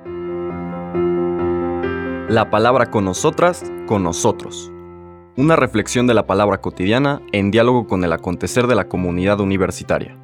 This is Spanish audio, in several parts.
La palabra con nosotras, con nosotros. Una reflexión de la palabra cotidiana en diálogo con el acontecer de la comunidad universitaria.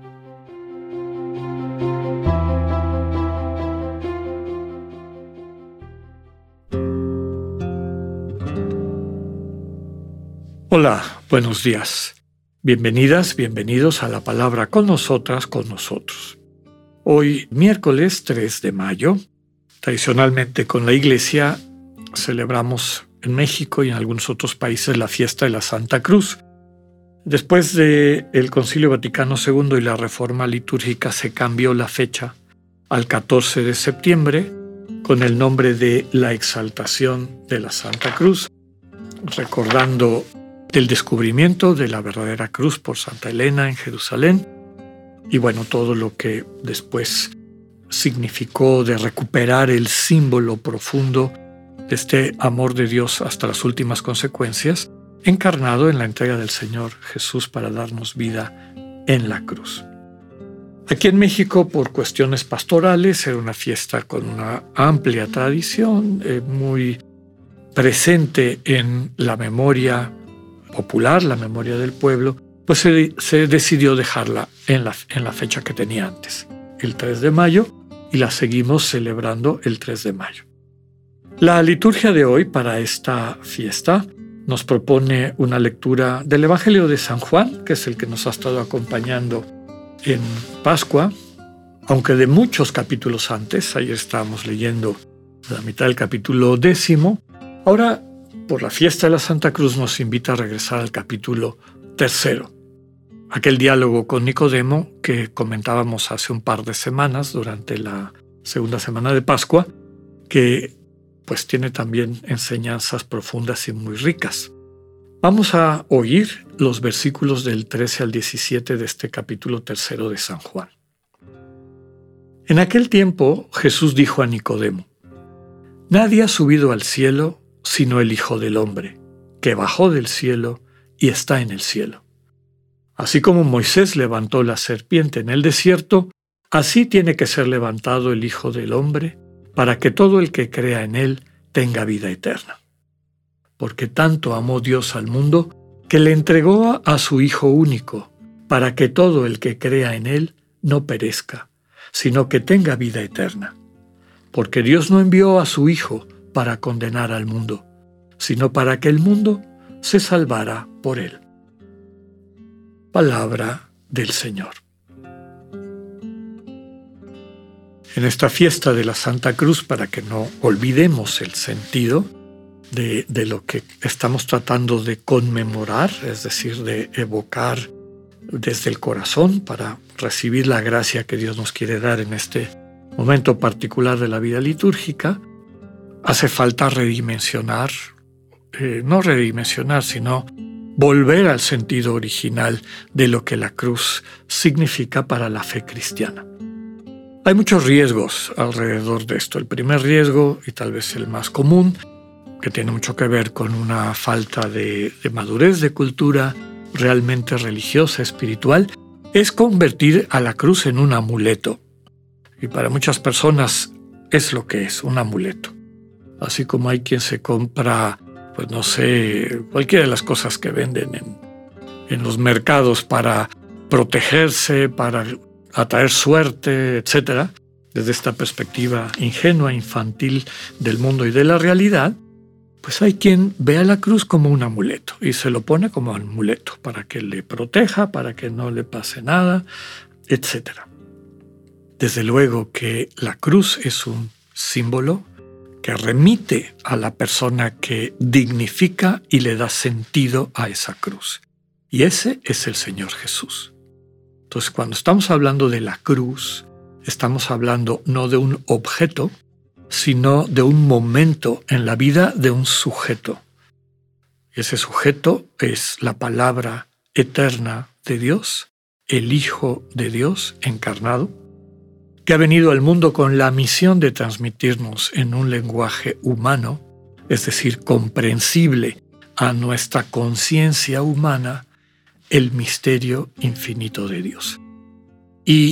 Hola, buenos días. Bienvenidas, bienvenidos a la palabra con nosotras, con nosotros. Hoy, miércoles 3 de mayo, tradicionalmente con la Iglesia celebramos en México y en algunos otros países la fiesta de la Santa Cruz. Después del Concilio Vaticano II y la Reforma Litúrgica se cambió la fecha al 14 de septiembre con el nombre de la Exaltación de la Santa Cruz, recordando el descubrimiento de la verdadera cruz por Santa Elena en Jerusalén y todo lo que después significó de recuperar el símbolo profundo de este amor de Dios hasta las últimas consecuencias, encarnado en la entrega del Señor Jesús para darnos vida en la cruz. Aquí en México, por cuestiones pastorales, era una fiesta con una amplia tradición, muy presente en la memoria popular, la memoria del pueblo, pues se decidió dejarla en la fecha que tenía antes, el 3 de mayo, y la seguimos celebrando el 3 de mayo. La liturgia de hoy para esta fiesta nos propone una lectura del Evangelio de San Juan, que es el que nos ha estado acompañando en Pascua, aunque de muchos capítulos antes. Ayer estábamos leyendo la mitad del capítulo 10. Ahora, por la fiesta de la Santa Cruz, nos invita a regresar al capítulo 3, aquel diálogo con Nicodemo que comentábamos hace un par de semanas durante la segunda semana de Pascua, que pues tiene también enseñanzas profundas y muy ricas. Vamos a oír los versículos del 13 al 17 de este capítulo 3 de San Juan. En aquel tiempo Jesús dijo a Nicodemo: «Nadie ha subido al cielo sino el Hijo del Hombre, que bajó del cielo y está en el cielo. Así como Moisés levantó la serpiente en el desierto, así tiene que ser levantado el Hijo del Hombre, para que todo el que crea en él tenga vida eterna. Porque tanto amó Dios al mundo, que le entregó a su Hijo único, para que todo el que crea en él no perezca, sino que tenga vida eterna. Porque Dios no envió a su Hijo para condenar al mundo, sino para que el mundo se salvara por él». Palabra del Señor. En esta fiesta de la Santa Cruz, para que no olvidemos el sentido de lo que estamos tratando de conmemorar, es decir, de evocar desde el corazón para recibir la gracia que Dios nos quiere dar en este momento particular de la vida litúrgica, hace falta sino volver al sentido original de lo que la cruz significa para la fe cristiana. Hay muchos riesgos alrededor de esto. El primer riesgo, y tal vez el más común, que tiene mucho que ver con una falta de madurez de cultura realmente religiosa, espiritual, es convertir a la cruz en un amuleto. Y para muchas personas es lo que es, un amuleto. Así como hay quien se compra, cualquiera de las cosas que venden en los mercados para protegerse, para atraer suerte, etc. Desde esta perspectiva ingenua, infantil del mundo y de la realidad, pues hay quien ve a la cruz como un amuleto y se lo pone como amuleto para que le proteja, para que no le pase nada, etc. Desde luego que la cruz es un símbolo que remite a la persona que dignifica y le da sentido a esa cruz. Y ese es el Señor Jesús. Entonces, cuando estamos hablando de la cruz, estamos hablando no de un objeto, sino de un momento en la vida de un sujeto. Y ese sujeto es la palabra eterna de Dios, el Hijo de Dios encarnado, que ha venido al mundo con la misión de transmitirnos en un lenguaje humano, es decir, comprensible a nuestra conciencia humana, el misterio infinito de Dios. Y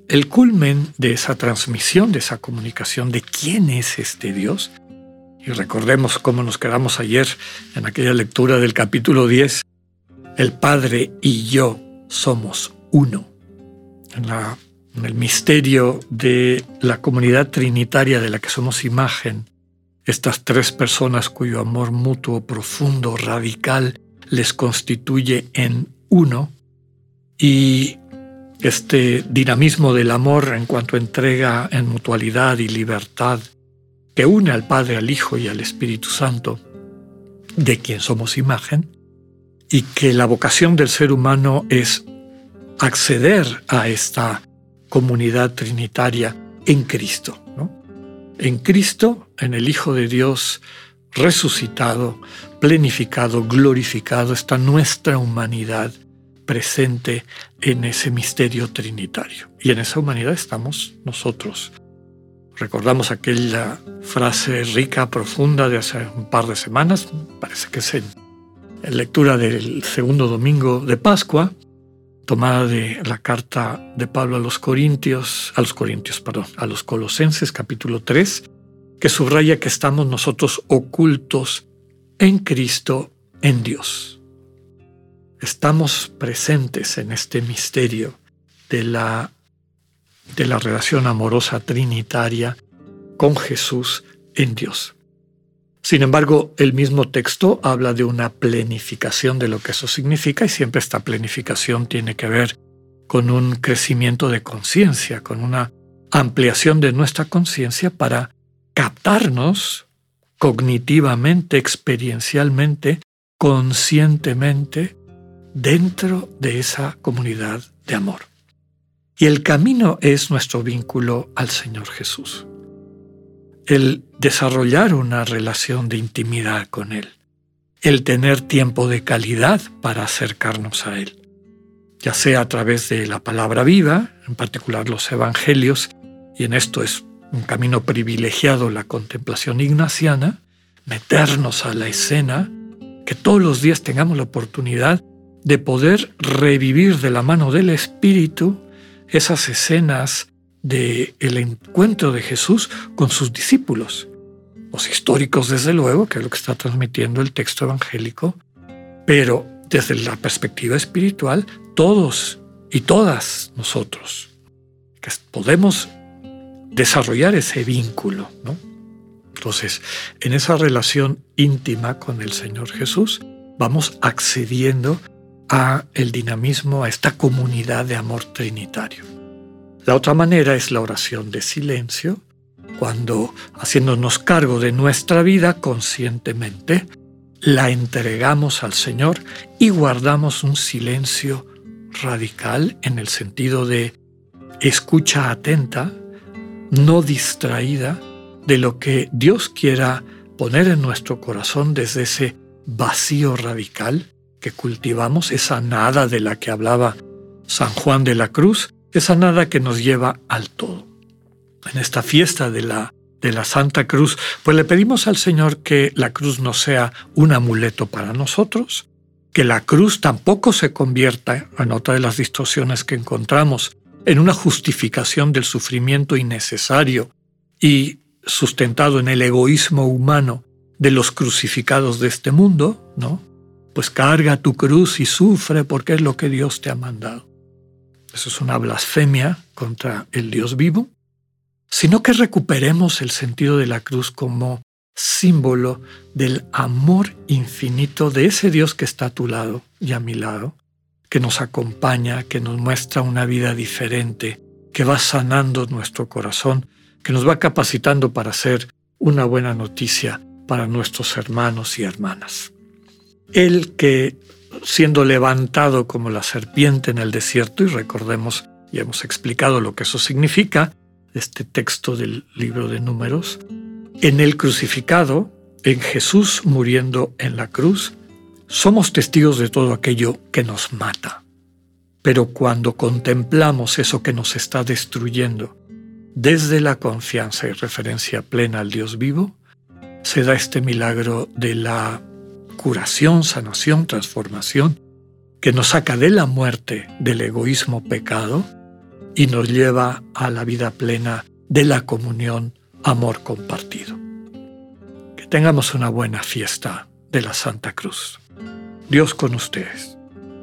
el culmen de esa transmisión, de esa comunicación de quién es este Dios. Y recordemos cómo nos quedamos ayer en aquella lectura del capítulo 10. El Padre y yo somos uno. En el misterio de la comunidad trinitaria de la que somos imagen, estas tres personas cuyo amor mutuo, profundo, radical, les constituye en uno, y este dinamismo del amor en cuanto a entrega en mutualidad y libertad que une al Padre, al Hijo y al Espíritu Santo, de quien somos imagen, y que la vocación del ser humano es acceder a esta comunidad trinitaria en Cristo, ¿no? En Cristo, en el Hijo de Dios resucitado, plenificado, glorificado, está nuestra humanidad presente en ese misterio trinitario. Y en esa humanidad estamos nosotros. Recordamos aquella frase rica, profunda de hace un par de semanas, parece que es en lectura del segundo domingo de Pascua, tomada de la carta de Pablo a los Colosenses, capítulo 3, que subraya que estamos nosotros ocultos en Cristo, en Dios. Estamos presentes en este misterio de la relación amorosa trinitaria con Jesús en Dios. Sin embargo, el mismo texto habla de una plenificación de lo que eso significa, y siempre esta plenificación tiene que ver con un crecimiento de conciencia, con una ampliación de nuestra conciencia para captarnos cognitivamente, experiencialmente, conscientemente dentro de esa comunidad de amor. Y el camino es nuestro vínculo al Señor Jesús. El desarrollar una relación de intimidad con Él. El tener tiempo de calidad para acercarnos a Él. Ya sea a través de la palabra viva, en particular los evangelios, y en esto es un camino privilegiado la contemplación ignaciana, meternos a la escena, que todos los días tengamos la oportunidad de poder revivir de la mano del Espíritu esas escenas del encuentro de Jesús con sus discípulos, los históricos desde luego, que es lo que está transmitiendo el texto evangélico, pero desde la perspectiva espiritual, todos y todas nosotros, que podemos desarrollar ese vínculo, ¿no? Entonces, en esa relación íntima con el Señor Jesús, vamos accediendo a el dinamismo, a esta comunidad de amor trinitario. La otra manera es la oración de silencio, cuando, haciéndonos cargo de nuestra vida conscientemente, la entregamos al Señor y guardamos un silencio radical en el sentido de escucha atenta, no distraída, de lo que Dios quiera poner en nuestro corazón desde ese vacío radical que cultivamos, esa nada de la que hablaba San Juan de la Cruz, esa nada que nos lleva al todo. En esta fiesta de la Santa Cruz, pues le pedimos al Señor que la cruz no sea un amuleto para nosotros, que la cruz tampoco se convierta, en otra de las distorsiones que encontramos, en una justificación del sufrimiento innecesario y sustentado en el egoísmo humano de los crucificados de este mundo, ¿no? Pues carga tu cruz y sufre porque es lo que Dios te ha mandado. Eso es una blasfemia contra el Dios vivo, sino que recuperemos el sentido de la cruz como símbolo del amor infinito de ese Dios que está a tu lado y a mi lado, que nos acompaña, que nos muestra una vida diferente, que va sanando nuestro corazón, que nos va capacitando para ser una buena noticia para nuestros hermanos y hermanas. Él que, siendo levantado como la serpiente en el desierto, y recordemos, y hemos explicado lo que eso significa, este texto del libro de Números, en el crucificado, en Jesús muriendo en la cruz, somos testigos de todo aquello que nos mata. Pero cuando contemplamos eso que nos está destruyendo, desde la confianza y referencia plena al Dios vivo, se da este milagro de la curación, sanación, transformación, que nos saca de la muerte del egoísmo pecado y nos lleva a la vida plena de la comunión, amor compartido. Que tengamos una buena fiesta de la Santa Cruz. Dios con ustedes.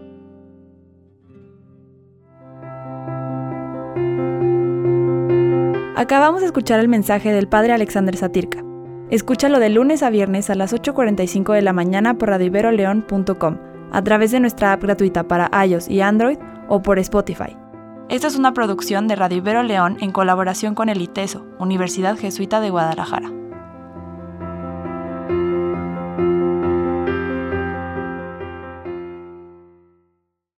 Acabamos de escuchar el mensaje del Padre Alexander Satirka. Escúchalo de lunes a viernes a las 8:45 de la mañana por radioiberoleon.com, a través de nuestra app gratuita para iOS y Android o por Spotify. Esta es una producción de Radio Ibero León en colaboración con el ITESO, Universidad Jesuita de Guadalajara.